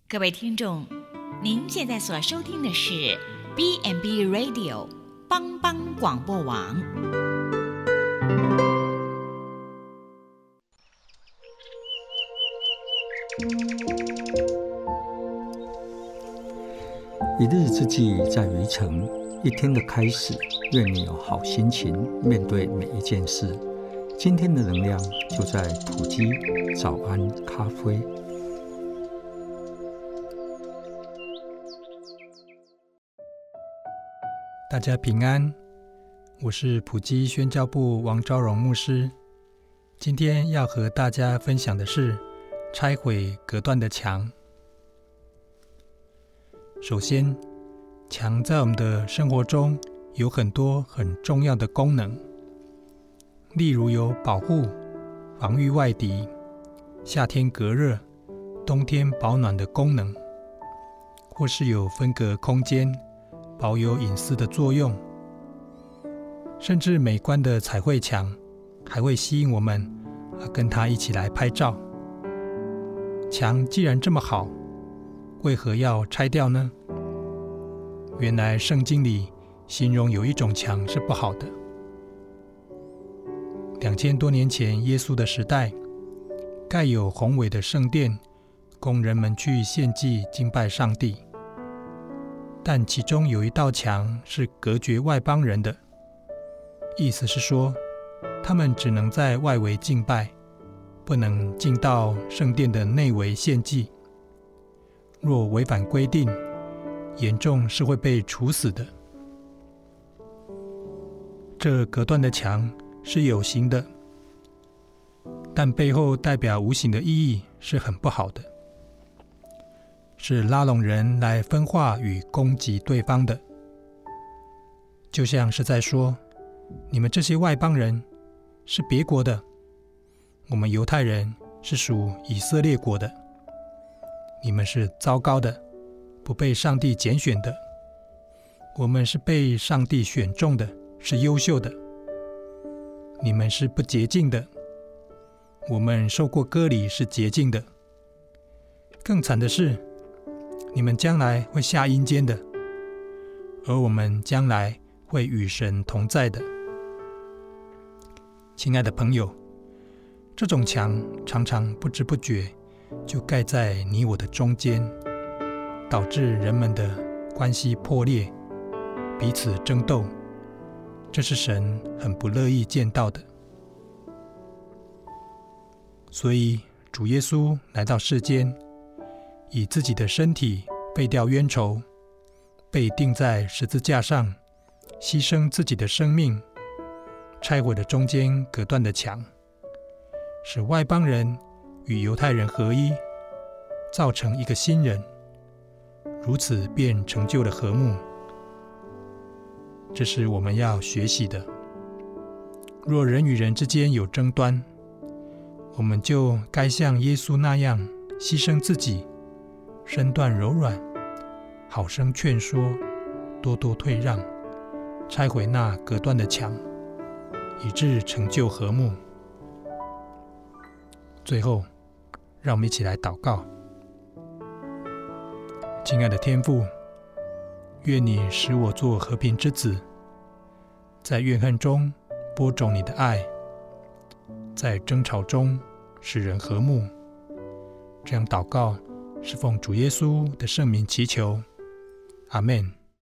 各位听众，您现在所收听的是 B&B Radio 帮帮广播网。 一日之计在于晨，一天的开始，愿你有好心情面对每一件事。今天的能量就在埔基早安咖啡。 大家平安，我是埔基宣教部王昭荣牧师。今天要和大家分享的是拆毁隔断的墙。首先，墙在我们的生活中有很多很重要的功能，例如有保护、防御外敌、夏天隔热、冬天保暖的功能，或是有分隔空间、保有隐私的作用。甚至美观的彩绘墙还会吸引我们跟它一起来拍照。墙既然这么好，为何要拆掉呢？原来圣经里形容有一种墙是不好的。2000多年前耶稣的时代，盖有宏伟的圣殿，供人们去献祭敬拜上帝。但其中有一道墙是隔绝外邦人的，意思是说，他们只能在外围敬拜，不能进到圣殿的内围献祭。若违反规定，严重是会被处死的。这隔断的墙是有形的，但背后代表无形的意义是很不好的，是拉拢人来分化与攻击对方的。就像是在说，你们这些外邦人是别国的，我们犹太人是属以色列国的。你们是糟糕的，不被上帝拣选的，我们是被上帝选中的，是优秀的。你们是不洁净的，我们受过割礼，是洁净的。更惨的是，你们将来会下阴间的，而我们将来会与神同在的。亲爱的朋友，这种墙常常不知不觉就盖在你我的中间，导致人们的关系破裂，彼此争斗，这是神很不乐意见到的。所以主耶稣来到世间，以自己的身体废掉冤仇，被钉在十字架上，牺牲自己的生命，拆毁了中间隔断的墙，使外邦人与犹太人合一，造成一个新人，如此便成就了和睦。这是我们要学习的。若人与人之间有争端，我们就该像耶稣那样牺牲自己，身段柔软，好生劝说，多多退让，拆毁那隔断的墙，以致成就和睦。最后，让我们一起来祷告。亲爱的天父，愿你使我做和平之子，在怨恨中播种你的爱，在争吵中使人和睦。这样祷告是奉主耶稣的圣名祈求，阿们。